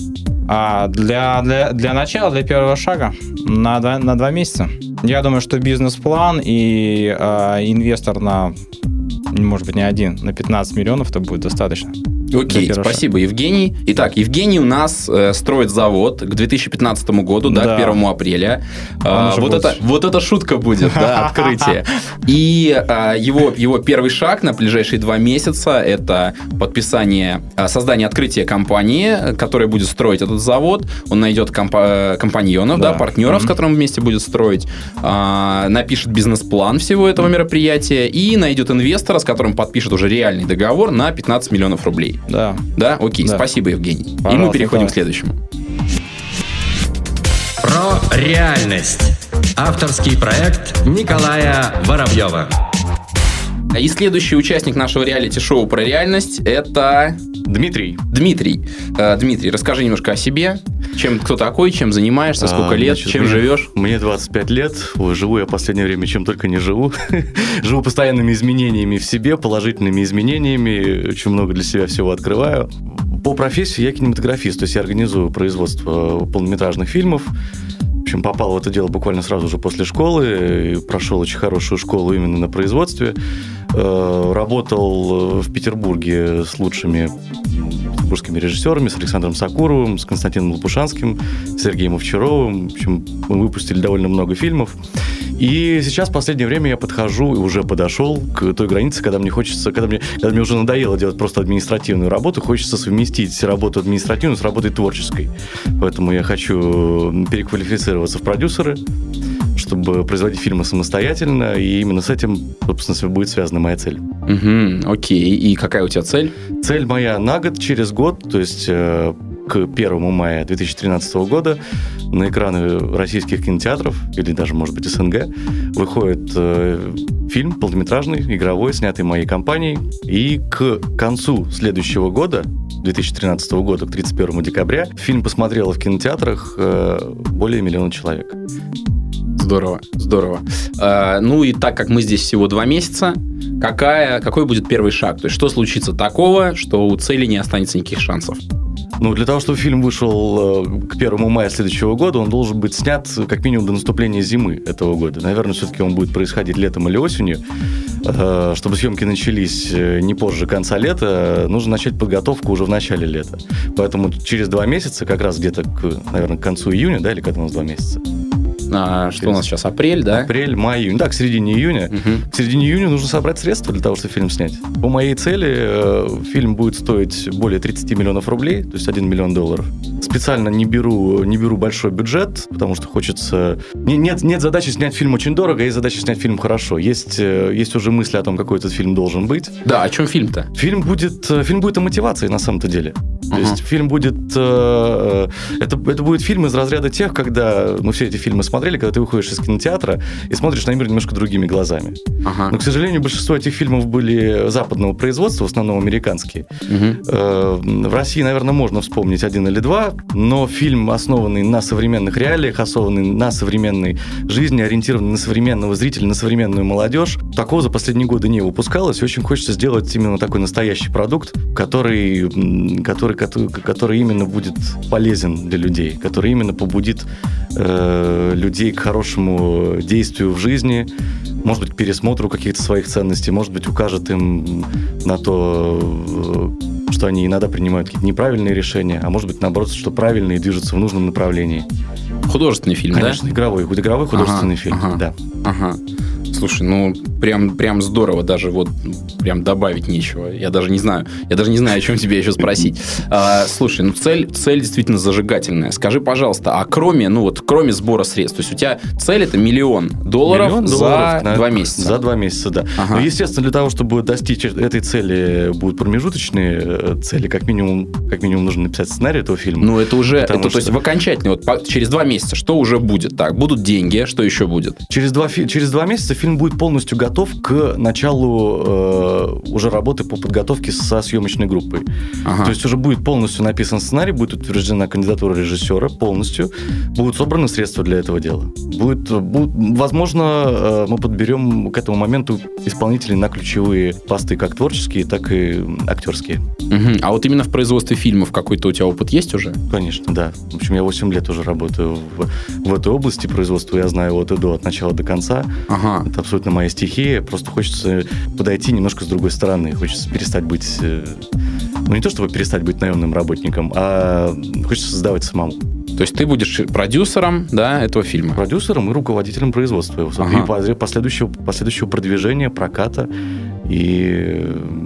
А для, для, для начала, для первого шага на два, на два месяца. Я думаю, что бизнес-план и э, инвестор на, может быть, не один, на пятнадцать миллионов это будет достаточно. Окей, спасибо, Евгений. Итак, Евгений у нас э, строит завод к две тысячи пятнадцатому году, да, Да. к первому апреля. А, уже вот, будет. это, вот это шутка будет, да, открытие. И а, его, его первый шаг на ближайшие два месяца – это подписание, а, создание открытия компании, которая будет строить этот завод. Он найдет компа- компаньонов, да, Да. партнеров, Мгм. с которым вместе будет строить, а, напишет бизнес-план всего этого мероприятия и найдет инвестора, с которым подпишет уже реальный договор на пятнадцать миллионов рублей. Да. Да? Окей, Да. спасибо, Евгений. И мы Пожалуйста, переходим да. к следующему. Про реальность. Авторский проект Николая Воробьева. И следующий участник нашего реалити-шоу про реальность – это Дмитрий. Дмитрий. Э, Дмитрий, расскажи немножко о себе. Чем, кто такой, чем занимаешься, сколько А, лет, значит, чем мне- живешь? Мне двадцать пять лет. Ой, живу я в последнее время чем только не живу. Живу постоянными изменениями в себе, положительными изменениями. Очень много для себя всего открываю. По профессии я кинематографист, то есть я организую производство полнометражных фильмов. В общем, попал в это дело буквально сразу же после школы. И прошел очень хорошую школу именно на производстве. Э, Работал в Петербурге с лучшими петербургскими режиссерами, с Александром Сакуровым, с Константином Лопушанским, с Сергеем Овчаровым. В общем, мы выпустили довольно много фильмов. И сейчас в последнее время я подхожу и уже подошел к той границе, когда мне хочется, когда мне, когда мне уже надоело делать просто административную работу, хочется совместить работу административную с работой творческой. Поэтому я хочу переквалифицироваться в продюсеры, чтобы производить фильмы самостоятельно, и именно с этим, собственно, будет связана моя цель. Угу, окей. И какая у тебя цель? Цель моя на год, через год, то есть э, к первому мая две тысячи тринадцатого года на экраны российских кинотеатров, или даже, может быть, СНГ, выходит э, фильм полнометражный, игровой, снятый моей компанией, и к концу следующего года, две тысячи тринадцатого года, к тридцать первому декабря, фильм посмотрело в кинотеатрах э, более миллиона человек. Здорово, здорово. А, ну и так как мы здесь всего два месяца, какая, какой будет первый шаг? То есть что случится такого, что у цели не останется никаких шансов? Ну, для того, чтобы фильм вышел к первому мая следующего года, он должен быть снят как минимум до наступления зимы этого года. Наверное, все-таки он будет происходить летом или осенью. Чтобы съемки начались не позже конца лета, нужно начать подготовку уже в начале лета. Поэтому через два месяца, как раз где-то, к, наверное, к концу июня, да, или когда у нас два месяца? А, что у нас сейчас, апрель, да? Апрель, май, июнь. Да, к середине июня. Угу. К середине июня нужно собрать средства для того, чтобы фильм снять. По моей цели э, фильм будет стоить более тридцать миллионов рублей, то есть один миллион долларов. Специально не беру, не беру большой бюджет, потому что хочется... Не, нет, нет задачи снять фильм очень дорого, есть задача снять фильм хорошо. Есть, э, есть уже мысли о том, какой этот фильм должен быть. Да, о чем фильм-то? Фильм будет, фильм будет о мотивации, на самом-то деле. То uh-huh. есть фильм будет... Э, это, это будет фильм из разряда тех, когда мы все эти фильмы смотрели, когда ты выходишь из кинотеатра и смотришь на мир немножко другими глазами. Uh-huh. Но, к сожалению, большинство этих фильмов были западного производства, в основном американские. Uh-huh. Э, в России, наверное, можно вспомнить один или два, но фильм, основанный на современных реалиях, основанный на современной жизни, ориентированный на современного зрителя, на современную молодежь, такого за последние годы не выпускалось. И очень хочется сделать именно такой настоящий продукт, который... который Который, который именно будет полезен для людей, который именно побудит э, людей к хорошему действию в жизни, может быть, к пересмотру каких-то своих ценностей, может быть, укажет им на то, что они иногда принимают какие-то неправильные решения, а может быть, наоборот, что правильные движутся в нужном направлении. Художественный фильм, Конечно, да? игровой, игровой художественный ага, фильм, ага, да. Ага. Слушай, ну прям, прям здорово, даже вот прям добавить нечего. Я даже не знаю, я даже не знаю, о чем тебе еще спросить. А, слушай, ну цель, цель действительно зажигательная. Скажи, пожалуйста, а кроме, ну вот, кроме сбора средств, то есть у тебя цель это миллион долларов, миллион за долларов на, два месяца. За два месяца, да. Ага. Но, естественно, для того, чтобы достичь этой цели, будут промежуточные цели. Как минимум, как минимум нужно написать сценарий этого фильма. Ну это уже, это, что... то есть в окончательный, вот по, через два месяца, что уже будет? Так, будут деньги, что еще будет? Через два, через два месяца фильм будет полностью готов к началу э, уже работы по подготовке со съемочной группой. Ага. То есть уже будет полностью написан сценарий, будет утверждена кандидатура режиссера полностью, будут собраны средства для этого дела. Будет, будет, возможно, э, мы подберем к этому моменту исполнителей на ключевые посты, как творческие, так и актерские. Угу. А вот именно в производстве фильмов какой-то у тебя опыт есть уже? Конечно, да. В общем, я восемь лет уже работаю в, в этой области производства, я знаю от и до, от начала до конца. Ага. Это абсолютно моя стихия. Просто хочется подойти немножко с другой стороны. Хочется перестать быть... Ну, не то, чтобы перестать быть наемным работником, а хочется создавать самому. То есть ты будешь продюсером, да, этого фильма? Продюсером и руководителем производства его. Ага. И последующего, последующего продвижения, проката и...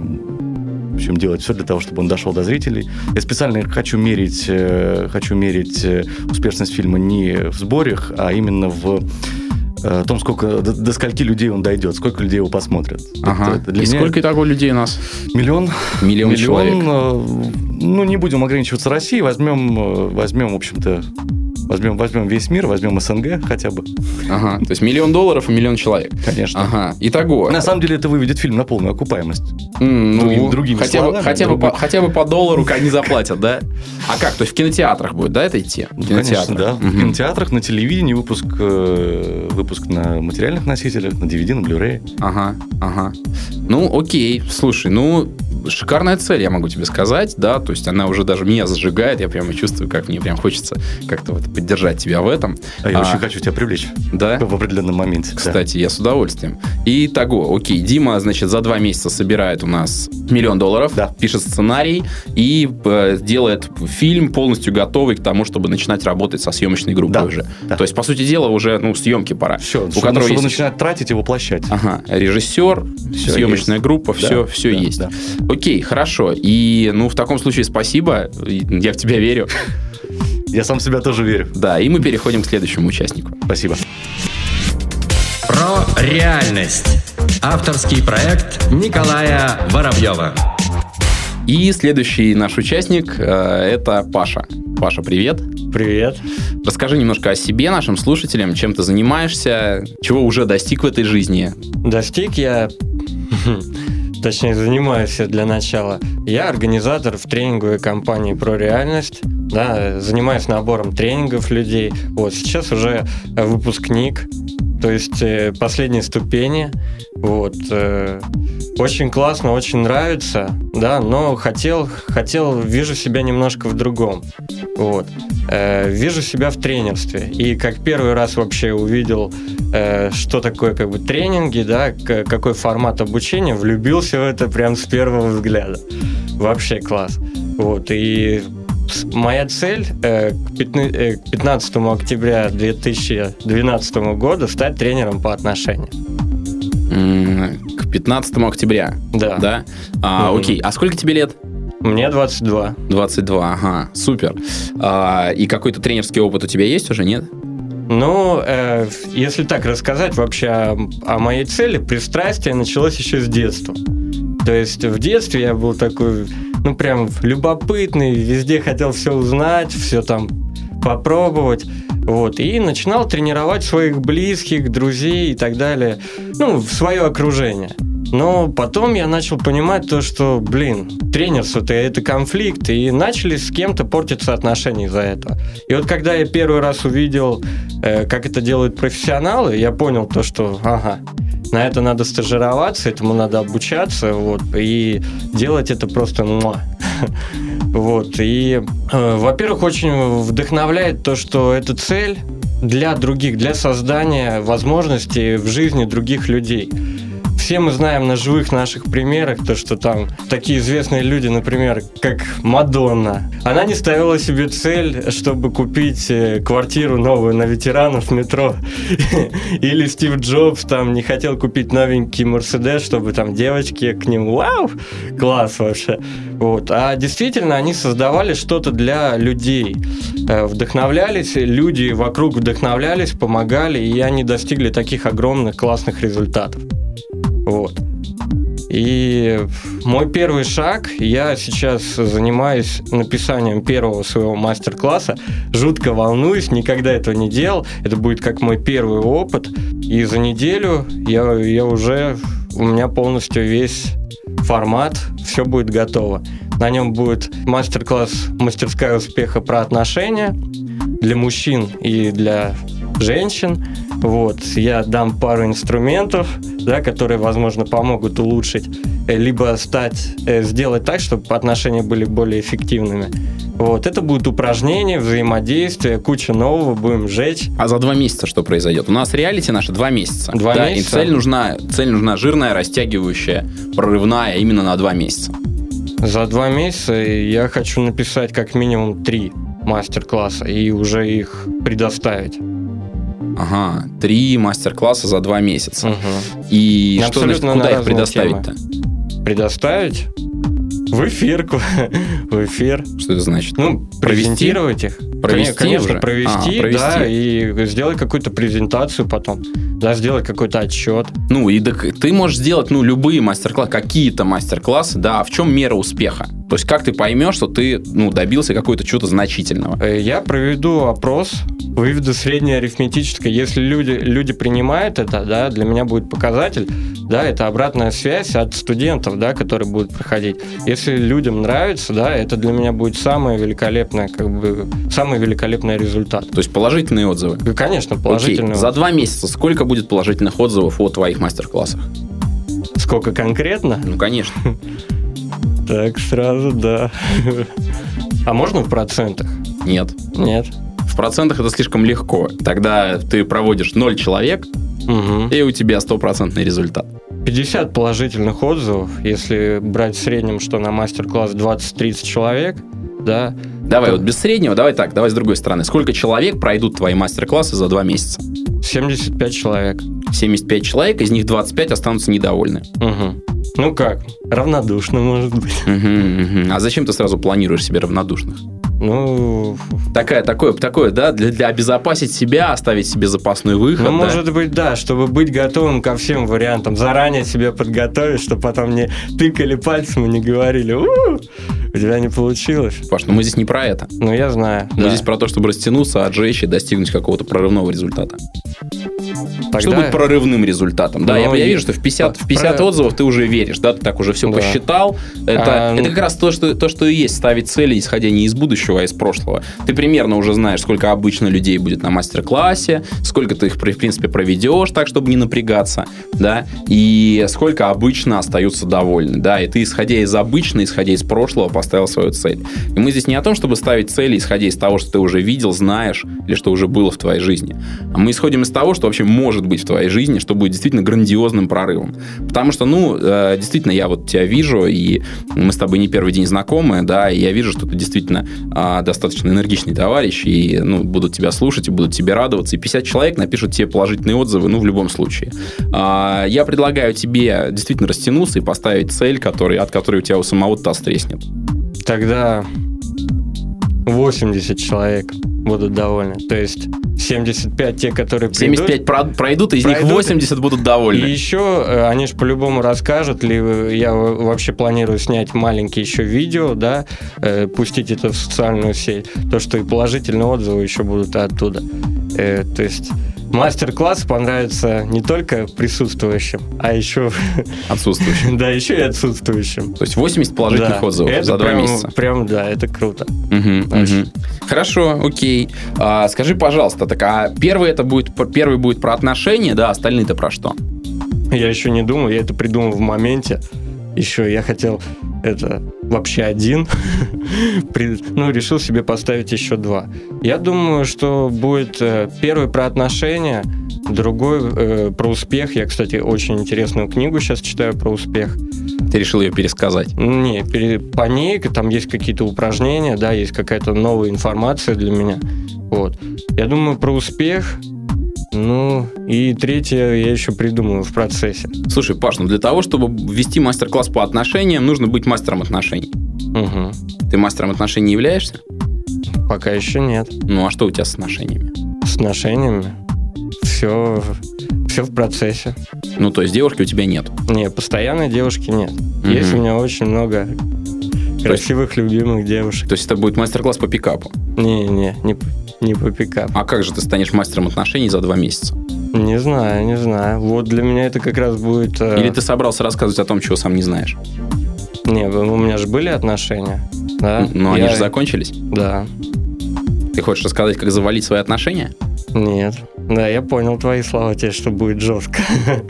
В общем, делать все для того, чтобы он дошел до зрителей. Я специально хочу мерить, хочу мерить успешность фильма не в сборах, а именно в о том, сколько, до, до скольки людей он дойдет, сколько людей его посмотрят. Ага. Это для И меня... сколько такого людей у нас? Миллион. Миллион, Миллион человек. Ну, не будем ограничиваться Россией, возьмем, возьмем, в общем-то, возьмем, возьмем весь мир, возьмем СНГ хотя бы. Ага, то есть миллион долларов и миллион человек. Конечно. Ага, итого. На самом деле это выведет фильм на полную окупаемость. Mm, другими, ну, другими хотя, словами, бы, хотя, друг... бы по, хотя бы по доллару они заплатят, да? А как? То есть в кинотеатрах будет, да, это идти? В Конечно, да. Угу. В кинотеатрах, на телевидении выпуск, выпуск на материальных носителях, на ди ви ди, на Blu-ray. Ага, ага. Ну, окей. Слушай, ну, шикарная цель, я могу тебе сказать, да, то есть она уже даже меня зажигает, я прямо чувствую, как мне прям хочется как-то вот поддержать тебя в этом. А я а, очень хочу тебя привлечь. Да? В определенном моменте. Кстати, да. Я с удовольствием. Итого, окей, Дима, значит, за два месяца собирает у нас миллион долларов, да. Пишет сценарий и э, делает фильм полностью готовый к тому, чтобы начинать работать со съемочной группой да. уже. Да. То есть, по сути дела, уже, ну, съемки пора. Все, у чтобы, которого чтобы есть... начинать тратить и воплощать. Ага, режиссер, все съемочная есть. Группа, все, да, все да, есть. Да. Окей, хорошо. И, ну, в таком случае спасибо, я в тебя верю. Я сам в себя тоже верю. Да, и мы переходим к следующему участнику. Спасибо. Про реальность. Авторский проект Николая Воробьева. И следующий наш участник э, это Паша. Паша, привет. Привет. Расскажи немножко о себе нашим слушателям, чем ты занимаешься, чего уже достиг в этой жизни. Достиг я, точнее, занимаюсь для начала. Я организатор в тренинговой компании «Про реальность». Да, занимаюсь набором тренингов людей. Вот, сейчас уже выпускник, то есть э, последние ступени. Вот, э, очень классно, очень нравится, да, но хотел, хотел, вижу себя немножко в другом. Вот, э, вижу себя в тренерстве. И как первый раз вообще увидел, э, что такое как бы тренинги, да, к, какой формат обучения, влюбился в это прям с первого взгляда. Вообще класс. Вот, и моя цель э, к пятнадцатому октября две тысячи двенадцатого года стать тренером по отношениям. К пятнадцатому октября? Да. Да? А, угу. Окей. А сколько тебе лет? Мне двадцать два. двадцать два, ага, супер. А, и какой-то тренерский опыт у тебя есть уже, нет? Ну, э, если так рассказать вообще о, о моей цели, пристрастие началось еще с детства. То есть в детстве я был такой, ну, прям любопытный, везде хотел все узнать, все там попробовать. Вот, и начинал тренировать своих близких, друзей и так далее, ну, в свое окружение. Но потом я начал понимать то, что, блин, тренерство-то это конфликт, и начали с кем-то портиться отношения из-за этого. И вот когда я первый раз увидел, э, как это делают профессионалы, я понял то, что, ага, на это надо стажироваться, этому надо обучаться, вот, и делать это просто муа. Вот, и, э, во-первых, очень вдохновляет то, что эта цель для других, для создания возможностей в жизни других людей. Все мы знаем на живых наших примерах то, что там такие известные люди, например, как Мадонна. Она не ставила себе цель, чтобы купить квартиру новую на ветеранов метро. Или Стив Джобс там не хотел купить новенький Мерседес, чтобы там девочки к нему, вау, класс вообще. Вот. А действительно они создавали что-то для людей. Вдохновлялись, люди вокруг вдохновлялись, помогали, и они достигли таких огромных классных результатов. Вот. И мой первый шаг, я сейчас занимаюсь написанием первого своего мастер-класса, жутко волнуюсь, никогда этого не делал, это будет как мой первый опыт, и за неделю я, я уже, у меня полностью весь формат, все будет готово. На нем будет мастер-класс «Мастерская успеха» про отношения для мужчин и для женщин. Вот. Я дам пару инструментов, да, которые, возможно, помогут улучшить, либо стать, сделать так, чтобы отношения были более эффективными. Вот. Это будут упражнения, взаимодействия, куча нового, будем жечь. А за два месяца что произойдет? У нас реалити наши два месяца. Два да, месяца. И цель нужна, цель нужна жирная, растягивающая, прорывная, именно на два месяца. За два месяца я хочу написать как минимум три мастер-класса и уже их предоставить. Ага, три мастер-класса за два месяца. Угу. И абсолютно что, значит, куда их предоставить-то? Темы. Предоставить? В эфир. В эфир. Что это значит? Ну, презентировать их. Провести Конечно, уже? провести, а, провести, да, и сделать какую-то презентацию потом. Да, сделать какой-то отчет. Ну, и так ты можешь сделать, ну, любые мастер-классы, какие-то мастер-классы, да, а в чем мера успеха? То есть, как ты поймешь, что ты, ну, добился какого-то чего-то значительного? Я проведу опрос, выведу среднее арифметическое. Если люди, люди принимают это, да, для меня будет показатель, да, это обратная связь от студентов, да, которые будут проходить. Если людям нравится, да, это для меня будет самое великолепное, как бы, самый великолепный результат. То есть, положительные отзывы? Конечно, положительные. Окей. За два месяца сколько будет положительных отзывов о твоих мастер-классах? Сколько конкретно? Ну, конечно. Так сразу, да. А можно в процентах? Нет. Нет. В процентах это слишком легко. Тогда ты проводишь ноль человек, Угу. и у тебя стопроцентный результат. пятьдесят положительных отзывов, если брать в среднем, что на мастер-класс двадцать-тридцать человек, да. Давай, то вот без среднего, давай так, давай с другой стороны. Сколько человек пройдут твои мастер-классы за два месяца? семьдесят пять человек. семьдесят пять человек, из них двадцать пять останутся недовольны. Угу. Ну как, равнодушно, может быть. Мгм, мгм. А зачем ты сразу планируешь себе равнодушных? Ну, Такая, такое, такое, да, для, для обезопасить себя, оставить себе запасный выход. ну, да? может быть, да, чтобы быть готовым ко всем вариантам, заранее себя подготовить, чтобы потом не тыкали пальцем и не говорили, «У, у тебя не получилось». Паш, ну мы здесь не про это. Ну, я знаю. Мы да. здесь про то, чтобы растянуться, отжечь и достигнуть какого-то прорывного результата. Тогда- Что будет прорывным результатом? Да, Ну, я, я и- вижу, что в пятьдесят, в пятьдесят про- отзывов ты уже веришь, да, ты так уже все Да. посчитал. Это, А, это ну- как раз то что, то, что и есть ставить цели, исходя не из будущего, а из прошлого. Ты примерно уже знаешь, сколько обычно людей будет на мастер-классе, сколько ты их, в принципе, проведешь так, чтобы не напрягаться, да, и сколько обычно остаются довольны, да, и ты, исходя из обычного, исходя из прошлого, поставил свою цель. И мы здесь не о том, чтобы ставить цели, исходя из того, что ты уже видел, знаешь, или что уже было в твоей жизни, а мы исходим из того, что вообще может быть в твоей жизни, что будет действительно грандиозным прорывом. Потому что, ну, э, действительно, я вот тебя вижу, и мы с тобой не первый день знакомы, да, и я вижу, что ты действительно э, достаточно энергичный товарищ, и, ну, будут тебя слушать, и будут тебе радоваться, и пятьдесят человек напишут тебе положительные отзывы, ну, в любом случае. А, я предлагаю тебе действительно растянуться и поставить цель, который, от которой у тебя у самого таз треснет. Тогда восемьдесят человек будут довольны. То есть семьдесят пять те, которые придут. семьдесят пять про- пройдут, и из них Пройдут. восемьдесят будут довольны. И еще э, они же по-любому расскажут, ли я вообще планирую снять маленькие еще видео, да, э, пустить это в социальную сеть, то, что и положительные отзывы еще будут оттуда. Э, то есть мастер-класс понравится не только присутствующим, а еще, Отсутствующим. да, еще и отсутствующим. То есть восемьдесят положительных Да, отзывов это за два прям, месяца. Прям, да, это круто. Мгм, Вообще. мгм. Хорошо, окей. А, скажи, пожалуйста, так а первый это будет первый будет про отношения, да, остальные-то про что? Я еще не думал, я это придумал в моменте. Еще я хотел это вообще один, При- ну, решил себе поставить еще два. Я думаю, что будет э, первый про отношения, другой э, про успех. Я, кстати, очень интересную книгу сейчас читаю про успех. Ты решил ее пересказать. Не, пере- по ней там есть какие-то упражнения, да, есть какая-то новая информация для меня. Вот. Я думаю, про успех. Ну, и третье я еще придумаю в процессе. Слушай, Паш, ну для того, чтобы ввести мастер-класс по отношениям, нужно быть мастером отношений. Угу. Ты мастером отношений являешься? Пока еще нет. Ну, а что у тебя с отношениями? С отношениями все, все в процессе. Ну, то есть девушки у тебя нет. Не, постоянной девушки нет. Мгм. Есть у меня очень много красивых, любимых девушек. То есть это будет мастер-класс по пикапу. Не, не, не, п- не по пикапу. А как же ты станешь мастером отношений за два месяца? Не знаю, не знаю. Вот для меня это как раз будет... э, Или ты собрался рассказывать о том, чего сам не знаешь? Не, у меня же были отношения. Да? Но они Я- же закончились. Да. Ты хочешь рассказать, как завалить свои отношения? Нет. Да, я понял твои слова, тебе, что будет жестко.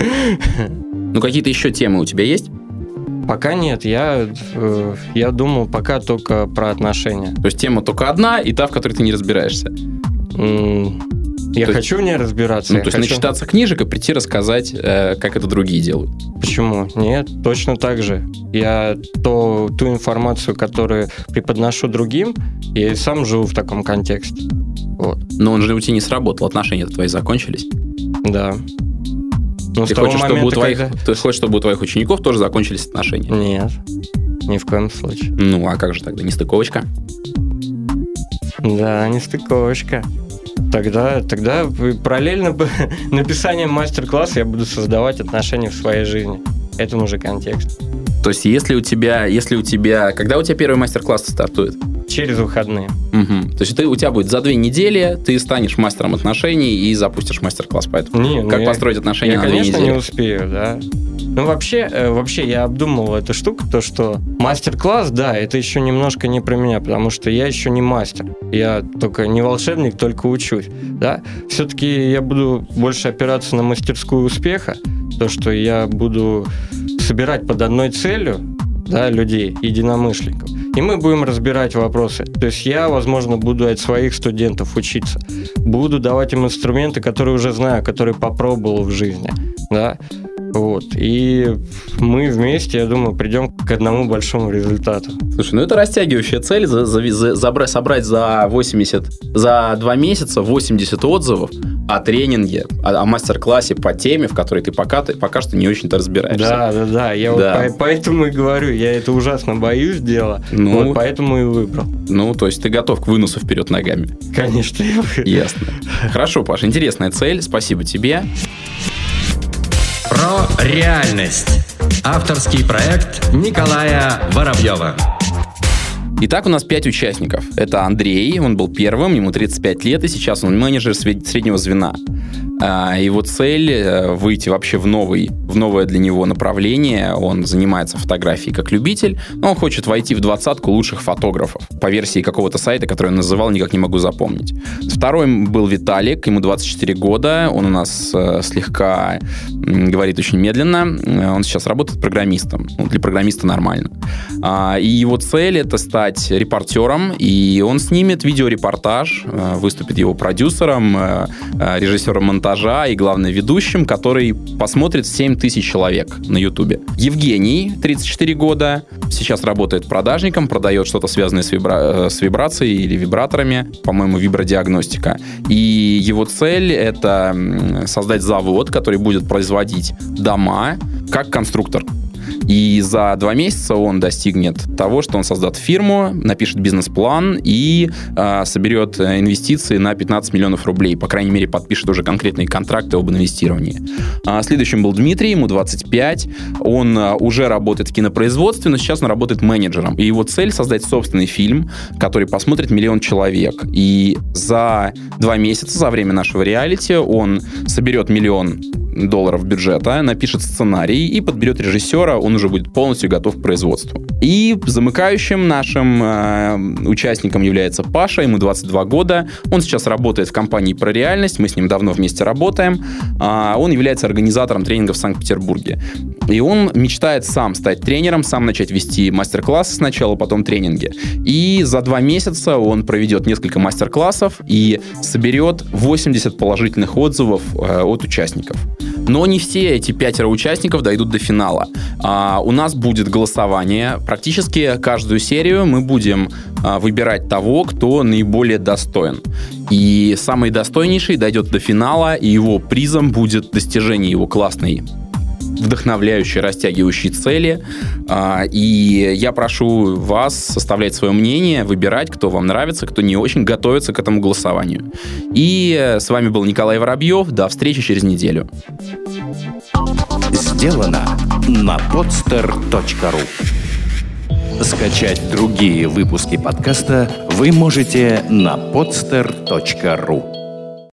Ну, какие-то еще темы у тебя есть? Пока нет, я, э, я думал пока только про отношения. То есть тема только одна, и та, в которой ты не разбираешься. М, Я То есть- хочу в ней разбираться. Ну, я то есть хочу- начитаться книжек и прийти рассказать, э, как это другие делают. Почему? Нет, точно так же. Я то, ту информацию, которую преподношу другим, я и сам живу в таком контексте. Вот, Но он же у тебя не сработал, отношения-то твои закончились. да. Ну, Ты с того хочешь, чтобы у момента, твоих, когда- ты хочешь, чтобы у твоих учеников тоже закончились отношения? Нет, ни в коем случае. Ну, а как же тогда, нестыковочка? Да, не стыковочка. Тогда, тогда параллельно бы написанием мастер-класса я буду создавать отношения в своей жизни. Это уже контекст. То есть, если у тебя, если у тебя, когда у тебя первый мастер-класс стартует? Через выходные. Мгм. То есть, ты, у тебя будет за две недели, ты станешь мастером отношений и запустишь мастер-класс по этому. Не, ну Как я- построить отношения Я, на две конечно, недели? не успею, да. Ну, вообще, э, вообще, я обдумывал эту штуку, то, что мастер-класс, да, это еще немножко не про меня, потому что я еще не мастер. Я только не волшебник, только учусь, да. Все-таки я буду больше опираться на мастерскую успеха, то, что я буду собирать под одной целью да, людей, единомышленников. И мы будем разбирать вопросы. То есть я, возможно, буду от своих студентов учиться. Буду давать им инструменты, которые уже знаю, которые попробовал в жизни. Да? Вот. И мы вместе, я думаю, придем к одному большому результату. Слушай, ну это растягивающая цель, за, за, за, забрать, собрать за восемьдесят, за два месяца восемьдесят отзывов о тренинге, о, о мастер-классе по теме, в которой ты пока, ты пока что не очень-то разбираешься. Да, да, да. Я да. Вот по, поэтому и говорю, я это ужасно боюсь дела, ну, вот поэтому и выбрал. Ну, то есть ты готов к выносу вперед ногами? Конечно. Ясно. Хорошо, Паш, интересная цель, спасибо тебе. Про реальность. Авторский проект Николая Воробьева. Итак, у нас пять участников. Это Андрей, он был первым, ему тридцать пять лет, и сейчас он менеджер среднего звена. Его цель – выйти вообще в, новый, в новое для него направление. Он занимается фотографией как любитель, но он хочет войти в двадцатку лучших фотографов по версии какого-то сайта, который он называл, никак не могу запомнить. Второй был Виталик, ему двадцать четыре года, он у нас слегка говорит очень медленно, он сейчас работает программистом, ну, для программиста нормально. И его цель – это стать репортером, и он снимет видеорепортаж, выступит его продюсером, режиссером монтажа, и, главное, ведущим, который посмотрит семь тысяч человек на Ютубе. Евгений, тридцать четыре года, сейчас работает продажником, продает что-то связанное с, вибра... с вибрацией или вибраторами, по-моему, вибродиагностика. И его цель — это создать завод, который будет производить дома как конструктор. И за два месяца он достигнет того, что он создаст фирму, напишет бизнес-план и э, соберет инвестиции на пятнадцать миллионов рублей. По крайней мере, подпишет уже конкретные контракты об инвестировании. А следующим был Дмитрий, ему двадцать пять. Он э, уже работает в кинопроизводстве, но сейчас он работает менеджером. И его цель — создать собственный фильм, который посмотрит миллион человек. И за два месяца, за время нашего реалити, он соберет миллион долларов бюджета, напишет сценарий и подберет режиссера, он уже будет полностью готов к производству. И замыкающим нашим э, участником является Паша, ему двадцать два года, он сейчас работает в компании «Про реальность», мы с ним давно вместе работаем, э, он является организатором тренингов в Санкт-Петербурге. И он мечтает сам стать тренером, сам начать вести мастер-классы сначала, потом тренинги. И за два месяца он проведет несколько мастер-классов и соберет восемьдесят положительных отзывов э, от участников. Но не все эти пятеро участников дойдут до финала. А, у нас будет голосование. Практически каждую серию мы будем а, выбирать того, кто наиболее достоин. И самый достойнейший дойдет до финала, и его призом будет достижение его классной, вдохновляющей, растягивающей цели. И я прошу вас составлять свое мнение, выбирать, кто вам нравится, кто не очень, готовиться к этому голосованию. И с вами был Николай Воробьев. До встречи через неделю. Сделано на podster точка ру. Скачать другие выпуски подкаста вы можете на podster точка ру.